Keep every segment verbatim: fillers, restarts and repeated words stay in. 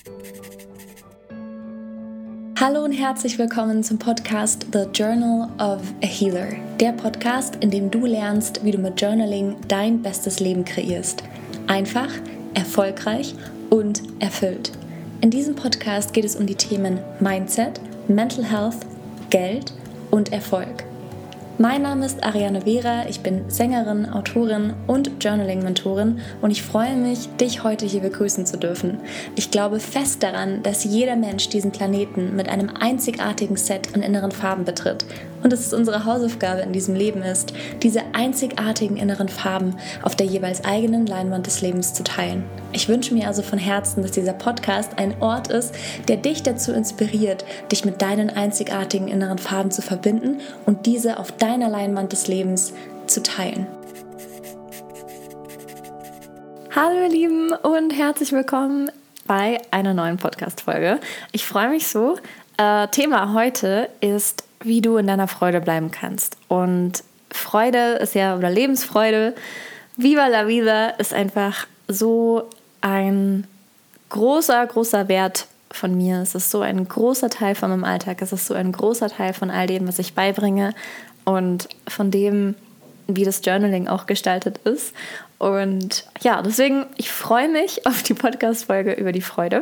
Hallo und herzlich willkommen zum Podcast The Journal of a Healer. Der Podcast, in dem du lernst, wie du mit Journaling dein bestes Leben kreierst. Einfach, erfolgreich und erfüllt. In diesem Podcast geht es um die Themen Mindset, Mental Health, Geld und Erfolg. Mein Name ist Ariane Vera, ich bin Sängerin, Autorin und Journaling-Mentorin und ich freue mich, dich heute hier begrüßen zu dürfen. Ich glaube fest daran, dass jeder Mensch diesen Planeten mit einem einzigartigen Set an inneren Farben betritt und dass es unsere Hausaufgabe in diesem Leben ist, diese einzigartigen inneren Farben auf der jeweils eigenen Leinwand des Lebens zu teilen. Ich wünsche mir also von Herzen, dass dieser Podcast ein Ort ist, der dich dazu inspiriert, dich mit deinen einzigartigen inneren Farben zu verbinden und diese auf deiner Leinwand des Lebens zu teilen. Hallo ihr Lieben und herzlich willkommen bei einer neuen Podcast-Folge. Ich freue mich so. Äh, Thema heute ist, wie du in deiner Freude bleiben kannst. Und Freude ist ja, oder Lebensfreude, Viva la Vida, ist einfach so ein großer, großer Wert von mir. Es ist so ein großer Teil von meinem Alltag. Es ist so ein großer Teil von all dem, was ich beibringe und von dem, wie das Journaling auch gestaltet ist. Und ja, deswegen, ich freue mich auf die Podcast-Folge über die Freude.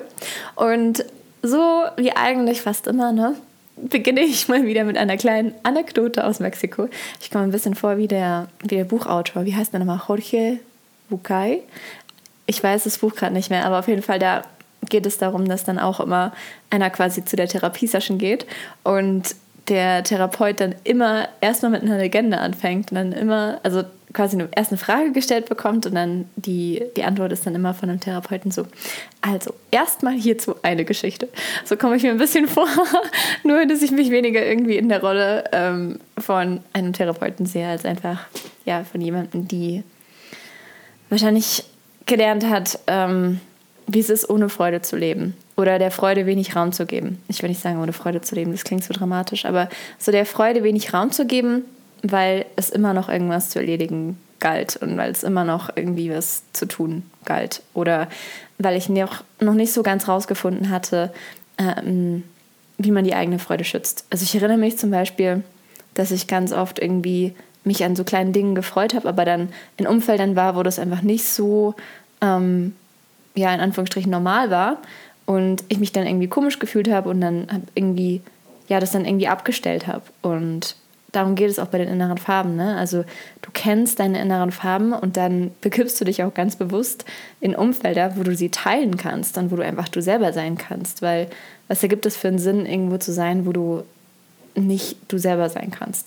Und so wie eigentlich fast immer, ne, beginne ich mal wieder mit einer kleinen Anekdote aus Mexiko. Ich komme ein bisschen vor wie der, wie der Buchautor. Wie heißt der nochmal? Jorge Bucay. Ich weiß das Buch gerade nicht mehr, aber auf jeden Fall, da geht es darum, dass dann auch immer einer quasi zu der Therapiesession geht und der Therapeut dann immer erstmal mit einer Legende anfängt und dann immer, also quasi eine, erst eine Frage gestellt bekommt und dann die, die Antwort ist dann immer von dem Therapeuten so. Also, erstmal hierzu eine Geschichte. So komme ich mir ein bisschen vor, nur dass ich mich weniger irgendwie in der Rolle ähm, von einem Therapeuten sehe, als einfach ja von jemandem, die wahrscheinlich gelernt hat, ähm, wie es ist, ohne Freude zu leben oder der Freude wenig Raum zu geben. Ich will nicht sagen, ohne Freude zu leben, das klingt so dramatisch, aber so der Freude wenig Raum zu geben, weil es immer noch irgendwas zu erledigen galt und weil es immer noch irgendwie was zu tun galt oder weil ich noch, noch nicht so ganz rausgefunden hatte, ähm, wie man die eigene Freude schützt. Also ich erinnere mich zum Beispiel, dass ich ganz oft irgendwie mich an so kleinen Dingen gefreut habe, aber dann in Umfeldern war, wo das einfach nicht so, ähm, ja, in Anführungsstrichen normal war und ich mich dann irgendwie komisch gefühlt habe und dann hab irgendwie, ja, das dann irgendwie abgestellt habe. Und darum geht es auch bei den inneren Farben, ne? Also du kennst deine inneren Farben und dann begibst du dich auch ganz bewusst in Umfelder, wo du sie teilen kannst und wo du einfach du selber sein kannst, weil was ergibt es für einen Sinn, irgendwo zu sein, wo du nicht du selber sein kannst.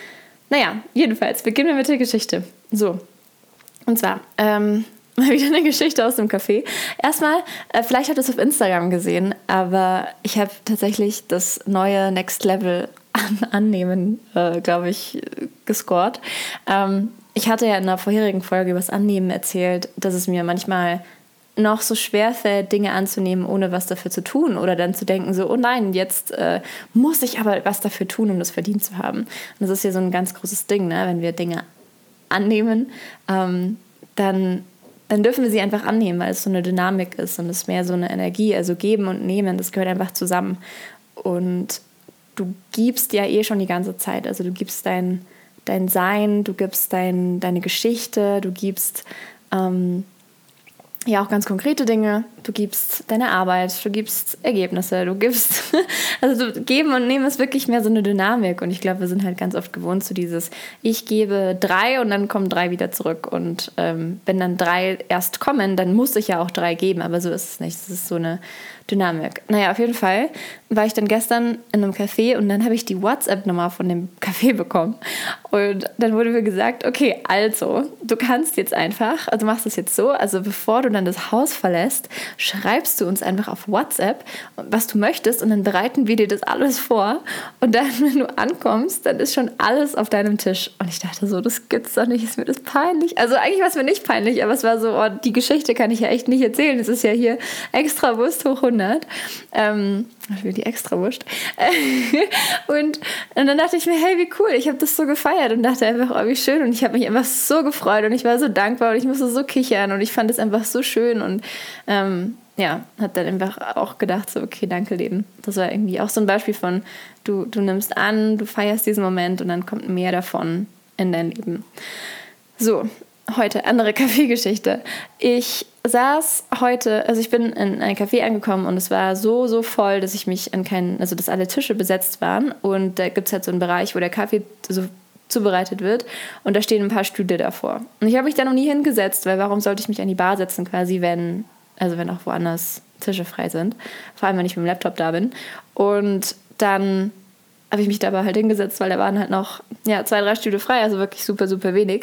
Naja, jedenfalls, beginnen wir mit der Geschichte. So, und zwar, ähm, mal wieder eine Geschichte aus dem Café. Erstmal, äh, vielleicht habt ihr es auf Instagram gesehen, aber ich habe tatsächlich das neue Next Level an Annehmen, äh, glaube ich, gescored. Ähm, ich hatte ja in einer vorherigen Folge über das Annehmen erzählt, dass es mir manchmal noch so schwer fällt, Dinge anzunehmen, ohne was dafür zu tun oder dann zu denken, so, oh nein, jetzt äh, muss ich aber was dafür tun, um das verdient zu haben. Und das ist ja so ein ganz großes Ding, ne? Wenn wir Dinge annehmen, ähm, dann, dann dürfen wir sie einfach annehmen, weil es so eine Dynamik ist und es ist mehr so eine Energie, also geben und nehmen, das gehört einfach zusammen. Und du gibst ja eh schon die ganze Zeit, also du gibst dein, dein Sein, du gibst dein, deine Geschichte, du gibst ähm, ja auch ganz konkrete Dinge, du gibst deine Arbeit, du gibst Ergebnisse, du gibst, also du, geben und nehmen ist wirklich mehr so eine Dynamik und ich glaube, wir sind halt ganz oft gewohnt zu dieses, ich gebe drei und dann kommen drei wieder zurück und ähm, wenn dann drei erst kommen, dann muss ich ja auch drei geben, aber so ist es nicht, es ist so eine Dynamik. Naja, auf jeden Fall war ich dann gestern in einem Café und dann habe ich die WhatsApp-Nummer von dem Café bekommen. Und dann wurde mir gesagt, okay, also, du kannst jetzt einfach, also machst es jetzt so, also bevor du dann das Haus verlässt, schreibst du uns einfach auf WhatsApp, was du möchtest und dann bereiten wir dir das alles vor. Und dann, wenn du ankommst, dann ist schon alles auf deinem Tisch. Und ich dachte so, das gibt's doch nicht, ist mir das peinlich? Also eigentlich war es mir nicht peinlich, aber es war so, oh, die Geschichte kann ich ja echt nicht erzählen. Es ist ja hier extra bewusst hoch hundert. Ähm, für die Extrawurst. und, und dann dachte ich mir, hey, wie cool, ich habe das so gefeiert und dachte einfach, oh, wie schön. Und ich habe mich einfach so gefreut und ich war so dankbar und ich musste so kichern und ich fand es einfach so schön und ähm, ja, habe dann einfach auch gedacht, so, okay, danke Leben. Das war irgendwie auch so ein Beispiel von, du, du nimmst an, du feierst diesen Moment und dann kommt mehr davon in dein Leben. So, heute andere Kaffeegeschichte. Ich saß heute, also ich bin in ein Café angekommen und es war so, so voll, dass ich mich an keinen, also dass alle Tische besetzt waren und da gibt es halt so einen Bereich, wo der Kaffee so zubereitet wird und da stehen ein paar Stühle davor. Und ich habe mich da noch nie hingesetzt, weil warum sollte ich mich an die Bar setzen quasi, wenn, also wenn auch woanders Tische frei sind, vor allem wenn ich mit dem Laptop da bin. Und dann habe ich mich dabei halt hingesetzt, weil da waren halt noch ja, zwei, drei Stühle frei, also wirklich super, super wenig.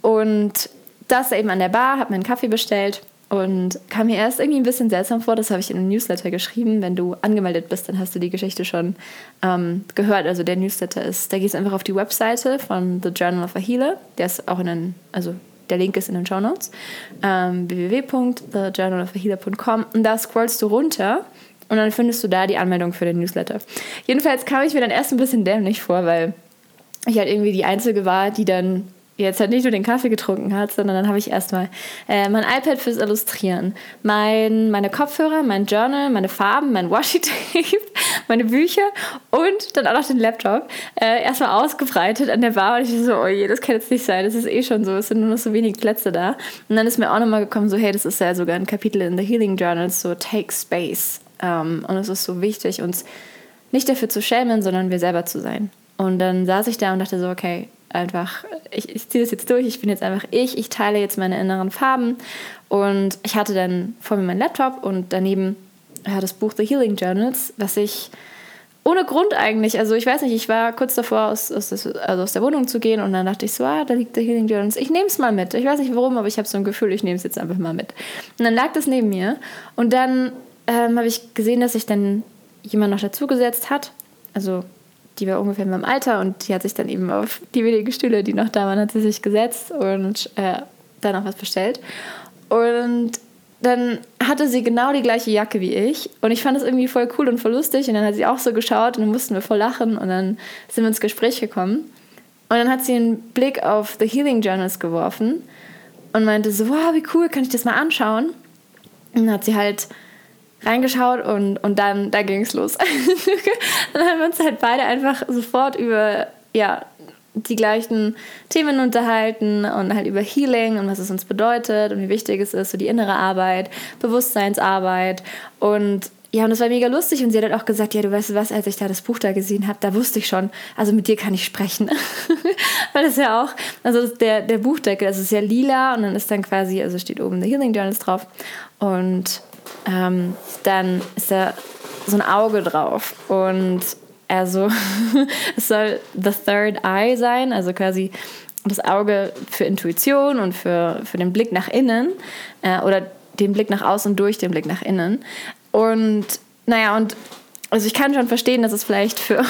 Und das eben an der Bar, habe mir einen Kaffee bestellt und kam mir erst irgendwie ein bisschen seltsam vor, das habe ich in einem Newsletter geschrieben. Wenn du angemeldet bist, dann hast du die Geschichte schon ähm, gehört. Also der Newsletter ist, da gehst du einfach auf die Webseite von The Journal of a Healer, der ist auch in den, also der Link ist in den Shownotes, ähm, w w w punkt the journal of a healer punkt com und da scrollst du runter. Und dann findest du da die Anmeldung für den Newsletter. Jedenfalls kam ich mir dann erst ein bisschen dämlich vor, weil ich halt irgendwie die Einzige war, die dann jetzt halt nicht nur den Kaffee getrunken hat, sondern dann habe ich erstmal äh, mein iPad fürs Illustrieren, mein, meine Kopfhörer, mein Journal, meine Farben, mein Washi-Tape, meine Bücher und dann auch noch den Laptop äh, erstmal ausgebreitet an der Bar. Und ich so, oh je, das kann jetzt nicht sein, das ist eh schon so, es sind nur noch so wenig Plätze da. Und dann ist mir auch nochmal gekommen, so hey, das ist ja sogar ein Kapitel in The Healing Journals, so take space. Um, und es ist so wichtig, uns nicht dafür zu schämen, sondern wir selber zu sein. Und dann saß ich da und dachte so, okay, einfach, ich, ich ziehe das jetzt durch, ich bin jetzt einfach ich, ich teile jetzt meine inneren Farben. Und ich hatte dann vor mir meinen Laptop und daneben ja, das Buch The Healing Journals, was ich ohne Grund eigentlich, also ich weiß nicht, ich war kurz davor, aus, aus, das, also aus der Wohnung zu gehen und dann dachte ich so, ah, da liegt The Healing Journals, ich nehme es mal mit. Ich weiß nicht warum, aber ich habe so ein Gefühl, ich nehme es jetzt einfach mal mit. Und dann lag das neben mir und dann Ähm, habe ich gesehen, dass sich dann jemand noch dazugesetzt hat. Also die war ungefähr in meinem Alter und die hat sich dann eben auf die wenigen Stühle, die noch da waren, hat sie sich gesetzt und äh, dann noch was bestellt. Und dann hatte sie genau die gleiche Jacke wie ich und ich fand das irgendwie voll cool und voll lustig und dann hat sie auch so geschaut und dann mussten wir voll lachen und dann sind wir ins Gespräch gekommen. Und dann hat sie einen Blick auf The Healing Journals geworfen und meinte so, wow, wie cool, kann ich das mal anschauen? Und dann hat sie halt reingeschaut und, und dann da ging es los. Dann haben wir uns halt beide einfach sofort über ja, die gleichen Themen unterhalten und halt über Healing und was es uns bedeutet und wie wichtig es ist, so die innere Arbeit, Bewusstseinsarbeit und ja, und das war mega lustig und sie hat halt auch gesagt, ja, du weißt was, als ich da das Buch da gesehen habe, da wusste ich schon, also mit dir kann ich sprechen. Weil das ja auch, also der, der Buchdeckel, das ist ja lila und dann ist dann quasi, also steht oben The Healing Journals drauf und Ähm, dann ist da so ein Auge drauf und also es soll the third eye sein, also quasi das Auge für Intuition und für, für den Blick nach innen äh, oder den Blick nach außen durch den Blick nach innen und naja und also ich kann schon verstehen, dass es vielleicht für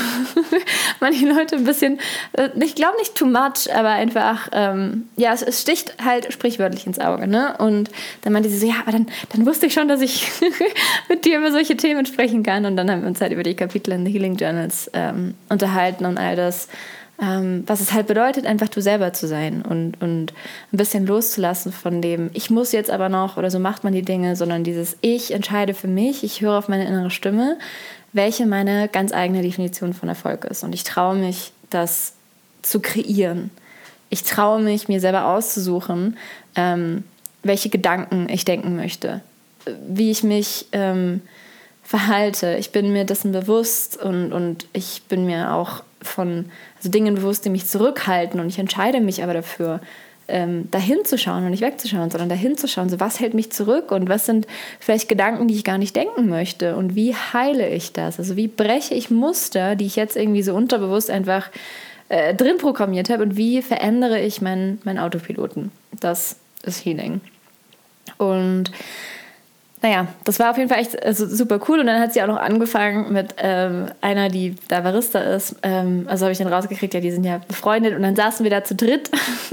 manche Leute ein bisschen, ich glaube nicht too much, aber einfach, ähm, ja, es, es sticht halt sprichwörtlich ins Auge, ne? Und dann meinte sie so, ja, aber dann, dann wusste ich schon, dass ich mit dir über solche Themen sprechen kann. Und dann haben wir uns halt über die Kapitel in The Healing Journals ähm, unterhalten und all das, ähm, was es halt bedeutet, einfach du selber zu sein und, und ein bisschen loszulassen von dem, ich muss jetzt aber noch oder so macht man die Dinge, sondern dieses, ich entscheide für mich, ich höre auf meine innere Stimme, welche meine ganz eigene Definition von Erfolg ist. Und ich traue mich, das zu kreieren. Ich traue mich, mir selber auszusuchen, ähm, welche Gedanken ich denken möchte, wie ich mich ähm, verhalte. Ich bin mir dessen bewusst und, und ich bin mir auch von also Dingen bewusst, die mich zurückhalten. Und ich entscheide mich aber dafür, ähm, dahin zu schauen und nicht wegzuschauen, sondern dahin zu schauen, so was hält mich zurück und was sind vielleicht Gedanken, die ich gar nicht denken möchte und wie heile ich das? Also wie breche ich Muster, die ich jetzt irgendwie so unterbewusst einfach äh, drin programmiert habe und wie verändere ich meinen mein Autopiloten? Das ist Healing. Und naja, das war auf jeden Fall echt also, super cool. Und dann hat sie auch noch angefangen mit ähm, einer, die da Barista ist. Ähm, also habe ich dann rausgekriegt, ja, die sind ja befreundet. Und dann saßen wir da zu dritt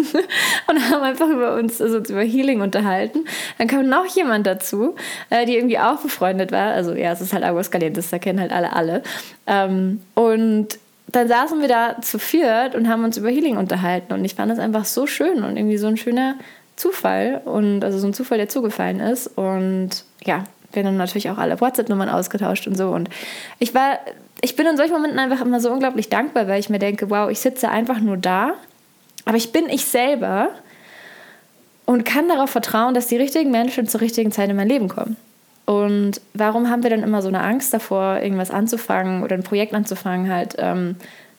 und haben einfach über uns, also uns über Healing unterhalten. Dann kam noch jemand dazu, äh, die irgendwie auch befreundet war. Also ja, es ist halt Aguascalientes, da kennen halt alle alle. Ähm, und dann saßen wir da zu viert und haben uns über Healing unterhalten. Und ich fand das einfach so schön und irgendwie so ein schöner Zufall. Und also so ein Zufall, der zugefallen ist. Und ja, wir haben dann natürlich auch alle WhatsApp-Nummern ausgetauscht und so. Und ich war, ich bin in solchen Momenten einfach immer so unglaublich dankbar, weil ich mir denke, wow, ich sitze einfach nur da, aber ich bin ich selber und kann darauf vertrauen, dass die richtigen Menschen zur richtigen Zeit in mein Leben kommen. Und warum haben wir dann immer so eine Angst davor, irgendwas anzufangen oder ein Projekt anzufangen, halt, ähm,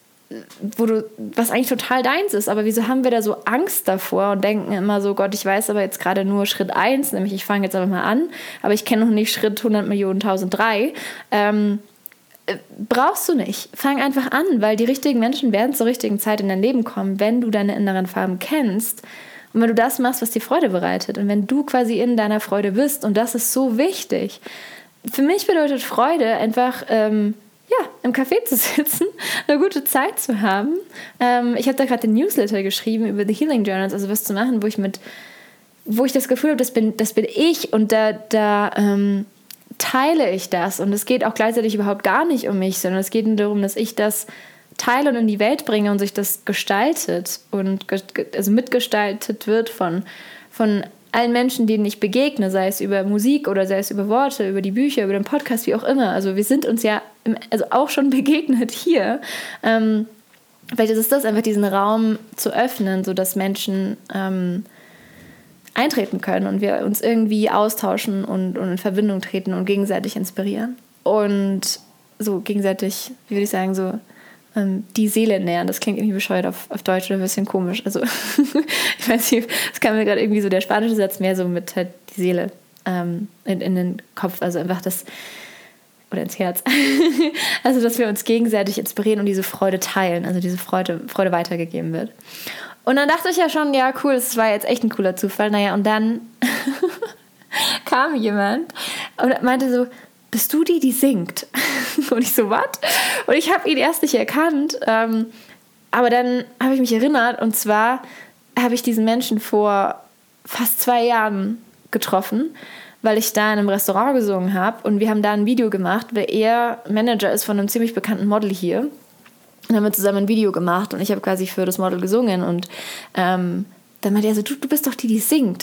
wo du, was eigentlich total deins ist, aber wieso haben wir da so Angst davor und denken immer so, Gott, ich weiß aber jetzt gerade nur Schritt eins, nämlich ich fange jetzt einfach mal an, aber ich kenne noch nicht Schritt hundert Millionen tausend drei. Ähm, brauchst du nicht. Fang einfach an, weil die richtigen Menschen werden zur richtigen Zeit in dein Leben kommen, wenn du deine inneren Farben kennst und wenn du das machst, was dir Freude bereitet und wenn du quasi in deiner Freude bist und das ist so wichtig. Für mich bedeutet Freude einfach, ähm, ja, im Café zu sitzen, eine gute Zeit zu haben. Ähm, ich habe da gerade den Newsletter geschrieben über The Healing Journals, also was zu machen, wo ich mit, wo ich das Gefühl habe, das bin, das bin ich und da, da ähm, teile ich das und es geht auch gleichzeitig überhaupt gar nicht um mich, sondern es geht nur darum, dass ich das teile und in die Welt bringe und sich das gestaltet und also mitgestaltet wird von, von allen Menschen, denen ich begegne, sei es über Musik oder sei es über Worte, über die Bücher, über den Podcast, wie auch immer. Also wir sind uns ja im, also auch schon begegnet hier. Ähm, vielleicht ist es das, einfach diesen Raum zu öffnen, sodass Menschen ähm, eintreten können und wir uns irgendwie austauschen und, und in Verbindung treten und gegenseitig inspirieren. Und so gegenseitig, wie würde ich sagen, so die Seele nähern. Das klingt irgendwie bescheuert auf, auf Deutsch oder ein bisschen komisch. Also ich weiß nicht, es kam mir gerade irgendwie so der spanische Satz mehr so mit halt die Seele ähm, in, in den Kopf, also einfach das oder ins Herz. Also dass wir uns gegenseitig inspirieren und diese Freude teilen, also diese Freude, Freude weitergegeben wird. Und dann dachte ich ja schon, ja cool, das war jetzt echt ein cooler Zufall. Naja, und dann kam jemand und meinte so, bist du die, die singt? Und ich so, was? Und ich habe ihn erst nicht erkannt, ähm, aber dann habe ich mich erinnert und zwar habe ich diesen Menschen vor fast zwei Jahren getroffen, weil ich da in einem Restaurant gesungen habe und wir haben da ein Video gemacht, weil er Manager ist von einem ziemlich bekannten Model hier. Und haben wir zusammen ein Video gemacht und ich habe quasi für das Model gesungen und ähm, dann meinte er so, du, du bist doch die, die singt.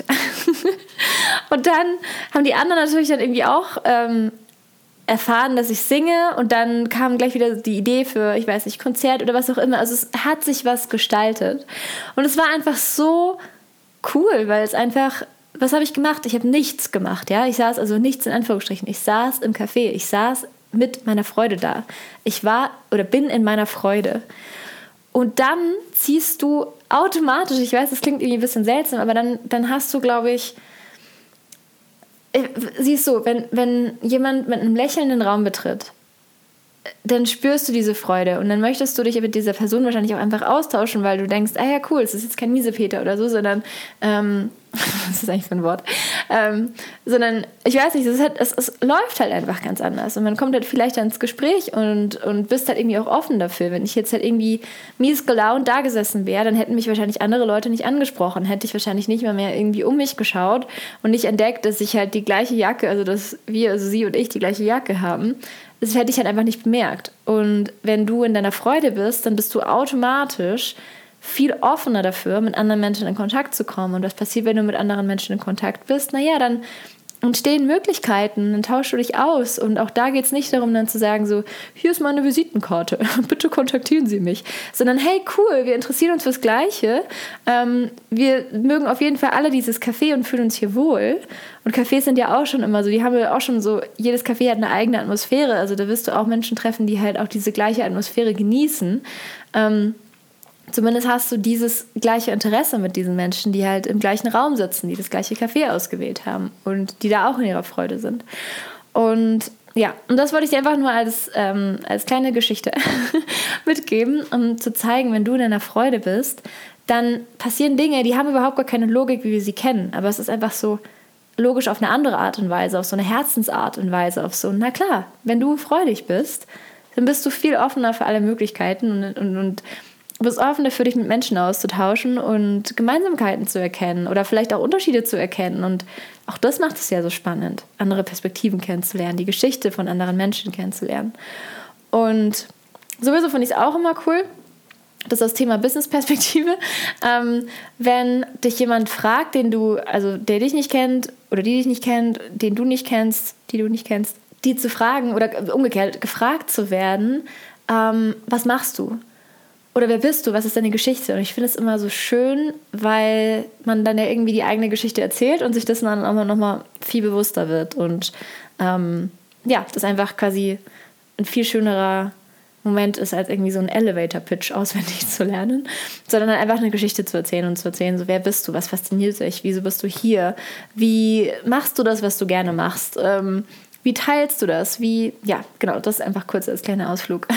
Und dann haben die anderen natürlich dann irgendwie auch ähm, erfahren, dass ich singe und dann kam gleich wieder die Idee für, ich weiß nicht, Konzert oder was auch immer. Also es hat sich was gestaltet. Und es war einfach so cool, weil es einfach, was habe ich gemacht? Ich habe nichts gemacht, ja. Ich saß, also nichts in Anführungsstrichen, ich saß im Café, ich saß mit meiner Freude da. Ich war oder bin in meiner Freude. Und dann ziehst du automatisch, ich weiß, das klingt irgendwie ein bisschen seltsam, aber dann, dann hast du, glaube ich, siehst du, wenn, wenn jemand mit einem Lächeln den Raum betritt, dann spürst du diese Freude und dann möchtest du dich mit dieser Person wahrscheinlich auch einfach austauschen, weil du denkst, ah ja cool, es ist jetzt kein Miesepeter oder so, sondern ähm, was ist eigentlich für ein Wort? Ähm, sondern, ich weiß nicht, es, halt, es, es läuft halt einfach ganz anders und man kommt halt vielleicht ins Gespräch und, und bist halt irgendwie auch offen dafür. Wenn ich jetzt halt irgendwie mies gelaunt da gesessen wäre, dann hätten mich wahrscheinlich andere Leute nicht angesprochen, hätte ich wahrscheinlich nicht mal mehr irgendwie um mich geschaut und nicht entdeckt, dass ich halt die gleiche Jacke, also dass wir, also sie und ich die gleiche Jacke haben. Das hätte ich halt einfach nicht bemerkt. Und wenn du in deiner Freude bist, dann bist du automatisch viel offener dafür, mit anderen Menschen in Kontakt zu kommen. Und was passiert, wenn du mit anderen Menschen in Kontakt bist? Naja, dann entstehen Möglichkeiten, dann tauschst du dich aus. Und auch da geht es nicht darum, dann zu sagen so, hier ist meine Visitenkarte, bitte kontaktieren Sie mich. Sondern hey, cool, wir interessieren uns fürs Gleiche. Ähm, wir mögen auf jeden Fall alle dieses Café und fühlen uns hier wohl. Und Cafés sind ja auch schon immer so, die haben ja auch schon so, jedes Café hat eine eigene Atmosphäre. Also da wirst du auch Menschen treffen, die halt auch diese gleiche Atmosphäre genießen. Ähm, Zumindest hast du dieses gleiche Interesse mit diesen Menschen, die halt im gleichen Raum sitzen, die das gleiche Café ausgewählt haben und die da auch in ihrer Freude sind. Und ja, und das wollte ich dir einfach nur als, ähm, als kleine Geschichte mitgeben, um zu zeigen, wenn du in deiner Freude bist, dann passieren Dinge, die haben überhaupt gar keine Logik, wie wir sie kennen. Aber es ist einfach so logisch auf eine andere Art und Weise, auf so eine Herzensart und Weise, auf so, na klar, wenn du freudig bist, dann bist du viel offener für alle Möglichkeiten und, und, und bist offener für dich mit Menschen auszutauschen und Gemeinsamkeiten zu erkennen oder vielleicht auch Unterschiede zu erkennen. Und auch das macht es ja so spannend, andere Perspektiven kennenzulernen, die Geschichte von anderen Menschen kennenzulernen. Und sowieso finde ich es auch immer cool, das ist das Thema Business-Perspektive, ähm, wenn dich jemand fragt, den du, also der dich nicht kennt oder die dich nicht kennt, den du nicht kennst, die du nicht kennst, die zu fragen oder umgekehrt gefragt zu werden, ähm, was machst du? Oder wer bist du? Was ist deine Geschichte? Und ich finde es immer so schön, weil man dann ja irgendwie die eigene Geschichte erzählt und sich das dann auch noch mal viel bewusster wird. Und ähm, ja, das einfach quasi ein viel schönerer Moment ist, als irgendwie so ein Elevator-Pitch auswendig zu lernen, sondern dann einfach eine Geschichte zu erzählen und zu erzählen, so wer bist du, was fasziniert dich, wieso bist du hier, wie machst du das, was du gerne machst, ähm, wie teilst du das, wie, ja, genau, das ist einfach kurz als kleiner Ausflug.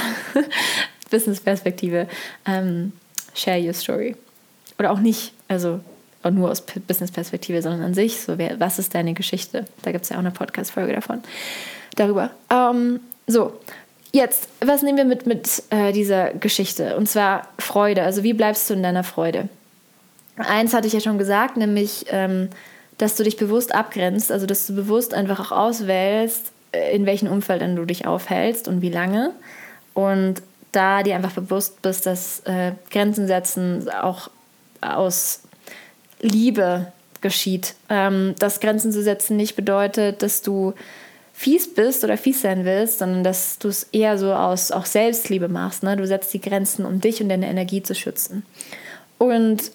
Business-Perspektive, ähm, share your story. Oder auch nicht, also auch nur aus P- Business-Perspektive, sondern an sich, so wer, was ist deine Geschichte? Da gibt es ja auch eine Podcast-Folge davon, darüber. Ähm, so, jetzt, was nehmen wir mit, mit äh, dieser Geschichte? Und zwar Freude, also wie bleibst du in deiner Freude? Eins hatte ich ja schon gesagt, nämlich, ähm, dass du dich bewusst abgrenzt, also dass du bewusst einfach auch auswählst, in welchen Umfeldern du dich aufhältst und wie lange. Und da dir einfach bewusst bist, dass äh, Grenzen setzen auch aus Liebe geschieht. Ähm, dass Grenzen zu setzen nicht bedeutet, dass du fies bist oder fies sein willst, sondern dass du es eher so aus auch Selbstliebe machst. Ne? Du setzt die Grenzen, um dich und deine Energie zu schützen. Und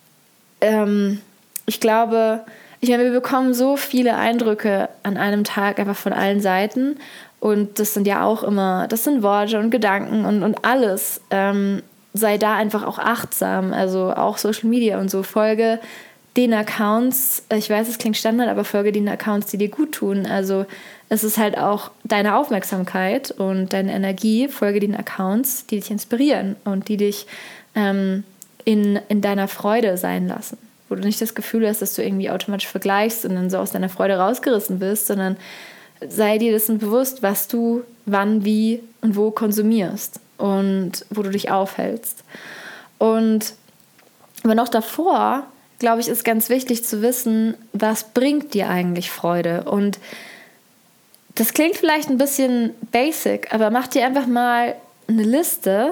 ähm, ich glaube, ich meine, wir bekommen so viele Eindrücke an einem Tag einfach von allen Seiten. Und das sind ja auch immer, das sind Worte und Gedanken und, und alles. Ähm, sei da einfach auch achtsam. Also auch Social Media und so. Folge den Accounts, ich weiß, es klingt Standard, aber folge den Accounts, die dir gut tun. Also es ist halt auch deine Aufmerksamkeit und deine Energie. Folge den Accounts, die dich inspirieren und die dich ähm, in, in deiner Freude sein lassen. Wo du nicht das Gefühl hast, dass du irgendwie automatisch vergleichst und dann so aus deiner Freude rausgerissen bist, sondern sei dir dessen bewusst, was du wann, wie und wo konsumierst und wo du dich aufhältst. Und aber noch davor, glaube ich, ist ganz wichtig zu wissen, was bringt dir eigentlich Freude? Und das klingt vielleicht ein bisschen basic, aber mach dir einfach mal eine Liste.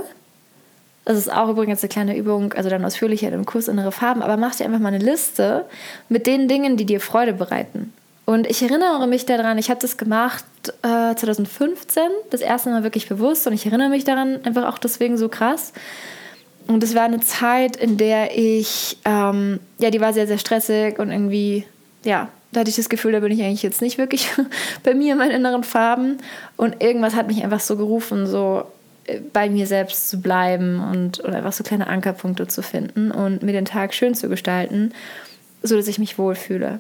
Das ist auch übrigens eine kleine Übung, also dann ausführlicher im Kurs Innere Farben, aber mach dir einfach mal eine Liste mit den Dingen, die dir Freude bereiten. Und ich erinnere mich daran, ich habe das gemacht äh, zwanzig fünfzehn, das erste Mal wirklich bewusst und ich erinnere mich daran einfach auch deswegen so krass. Und es war eine Zeit, in der ich, ähm, ja, die war sehr, sehr stressig und irgendwie, ja, da hatte ich das Gefühl, da bin ich eigentlich jetzt nicht wirklich bei mir in meinen inneren Farben. Und irgendwas hat mich einfach so gerufen, so bei mir selbst zu bleiben und, und einfach so kleine Ankerpunkte zu finden und mir den Tag schön zu gestalten, so dass ich mich wohlfühle.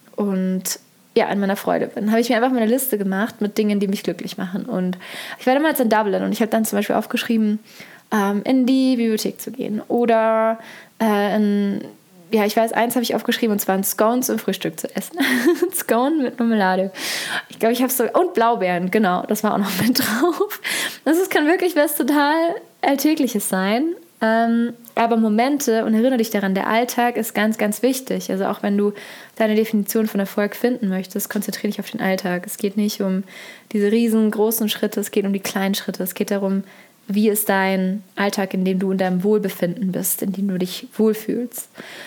Und ja, an meiner Freude bin. Dann habe ich mir einfach mal eine Liste gemacht mit Dingen, die mich glücklich machen. Und ich war damals in Dublin und ich habe dann zum Beispiel aufgeschrieben, ähm, in die Bibliothek zu gehen. Oder äh, in, ja, ich weiß, eins habe ich aufgeschrieben und zwar ein Scones zum Frühstück zu essen. Scone mit Marmelade. Ich glaube, ich habe so, und Blaubeeren, genau, das war auch noch mit drauf. Das ist, kann wirklich was total Alltägliches sein. Ähm, aber Momente, und erinnere dich daran, der Alltag ist ganz, ganz wichtig. Also auch wenn du deine Definition von Erfolg finden möchtest, konzentriere dich auf den Alltag. Es geht nicht um diese riesengroßen Schritte, es geht um die kleinen Schritte. Es geht darum, wie ist dein Alltag, in dem du in deinem Wohlbefinden bist, in dem du dich wohlfühlst.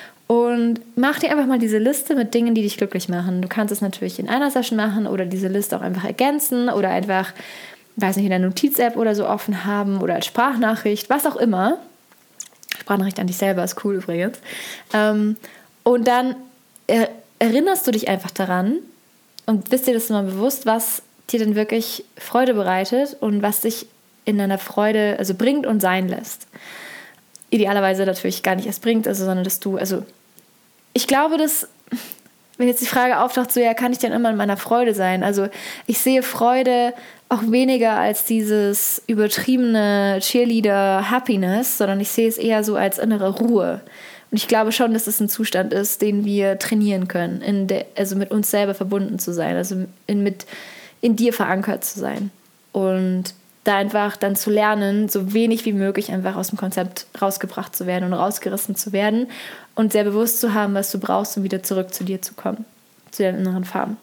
Und mach dir einfach mal diese Liste mit Dingen, die dich glücklich machen. Du kannst es natürlich in einer Session machen oder diese Liste auch einfach ergänzen oder einfach, weiß nicht, in der Notiz-App oder so offen haben oder als Sprachnachricht, was auch immer. Sprachnachricht an dich selber ist cool übrigens. Ähm, und dann er, erinnerst du dich einfach daran und bist dir das mal bewusst, was dir denn wirklich Freude bereitet und was dich in deiner Freude also bringt und sein lässt. Idealerweise natürlich gar nicht erst bringt, also, sondern dass du, also ich glaube, dass, wenn jetzt die Frage auftaucht, so ja, kann ich denn immer in meiner Freude sein? Also ich sehe Freude auch weniger als dieses übertriebene Cheerleader-Happiness, sondern ich sehe es eher so als innere Ruhe. Und ich glaube schon, dass es ein Zustand ist, den wir trainieren können, in der, also mit uns selber verbunden zu sein, also in, mit in dir verankert zu sein. Und da einfach dann zu lernen, so wenig wie möglich einfach aus dem Konzept rausgebracht zu werden und rausgerissen zu werden und sehr bewusst zu haben, was du brauchst, um wieder zurück zu dir zu kommen, zu deinen inneren Farben.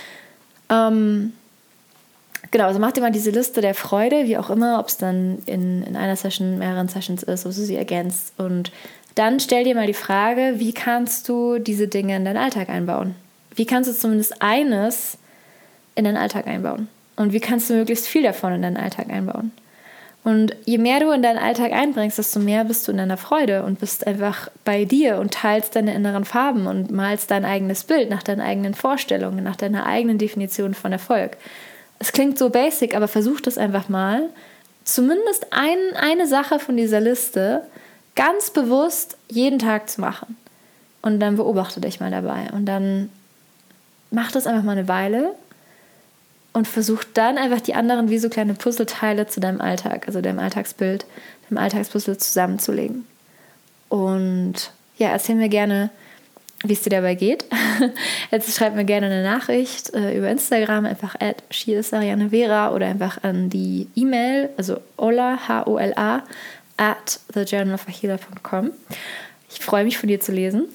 Ähm, genau, also mach dir mal diese Liste der Freude, wie auch immer, ob es dann in, in einer Session, mehreren Sessions ist, ob du sie ergänzt. Und dann stell dir mal die Frage, wie kannst du diese Dinge in deinen Alltag einbauen? Wie kannst du zumindest eines in deinen Alltag einbauen? Und wie kannst du möglichst viel davon in deinen Alltag einbauen? Und je mehr du in deinen Alltag einbringst, desto mehr bist du in deiner Freude und bist einfach bei dir und teilst deine inneren Farben und malst dein eigenes Bild nach deinen eigenen Vorstellungen, nach deiner eigenen Definition von Erfolg. Es klingt so basic, aber versuch das einfach mal, zumindest ein, eine Sache von dieser Liste ganz bewusst jeden Tag zu machen. Und dann beobachte dich mal dabei. Und dann mach das einfach mal eine Weile und versuch dann einfach die anderen wie so kleine Puzzleteile zu deinem Alltag, also deinem Alltagsbild, deinem Alltagspuzzle zusammenzulegen. Und ja, erzähl mir gerne, wie es dir dabei geht. Jetzt schreib mir gerne eine Nachricht äh, über Instagram, einfach at she is Ariane Vera oder einfach an die E-Mail, also hola, H O L A, at the journal of a healer dot com. Ich freue mich, von dir zu lesen.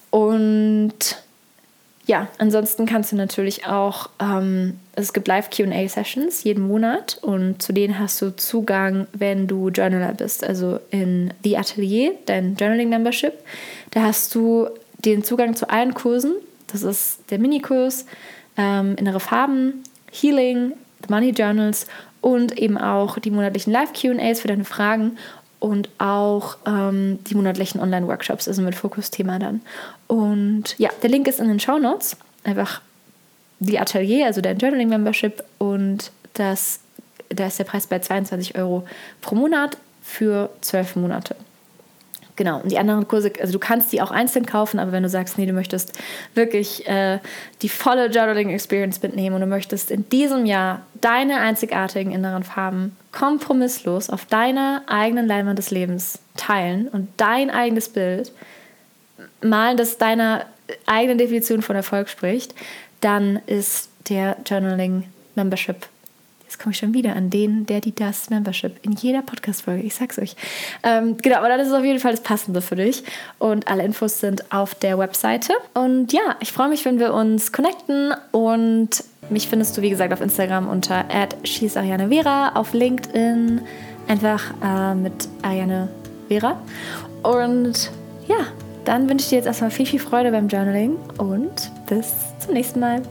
Und ja, ansonsten kannst du natürlich auch, ähm, es gibt Live-Q and A-Sessions jeden Monat und zu denen hast du Zugang, wenn du Journaler bist, also in The Atelier, dein Journaling-Membership. Da hast du den Zugang zu allen Kursen, das ist der Minikurs, ähm, Innere Farben, Healing, The Money Journals und eben auch die monatlichen Live-Q and As für deine Fragen und auch ähm, die monatlichen Online-Workshops, also mit Fokusthema dann. Und ja, der Link ist in den Shownotes. Einfach die Atelier, also dein Journaling-Membership. Und das, da ist der Preis bei zweiundzwanzig Euro pro Monat für zwölf Monate. Genau, und die anderen Kurse, also du kannst die auch einzeln kaufen, aber wenn du sagst, nee, du möchtest wirklich äh, die volle Journaling-Experience mitnehmen und du möchtest in diesem Jahr deine einzigartigen inneren Farben kompromisslos auf deiner eigenen Leinwand des Lebens teilen und dein eigenes Bild malen, das deiner eigenen Definition von Erfolg spricht, dann ist der Journaling-Membership, jetzt komme ich schon wieder an den, der, die, das Membership in jeder Podcast-Folge, ich sag's euch. Ähm, genau, aber das ist auf jeden Fall das Passende für dich und alle Infos sind auf der Webseite. Und ja, ich freue mich, wenn wir uns connecten und mich findest du, wie gesagt, auf Instagram unter at she is Ariane Vera, auf LinkedIn einfach äh, mit Ariane Vera. Und ja, dann wünsche ich dir jetzt erstmal viel, viel Freude beim Journaling und bis zum nächsten Mal.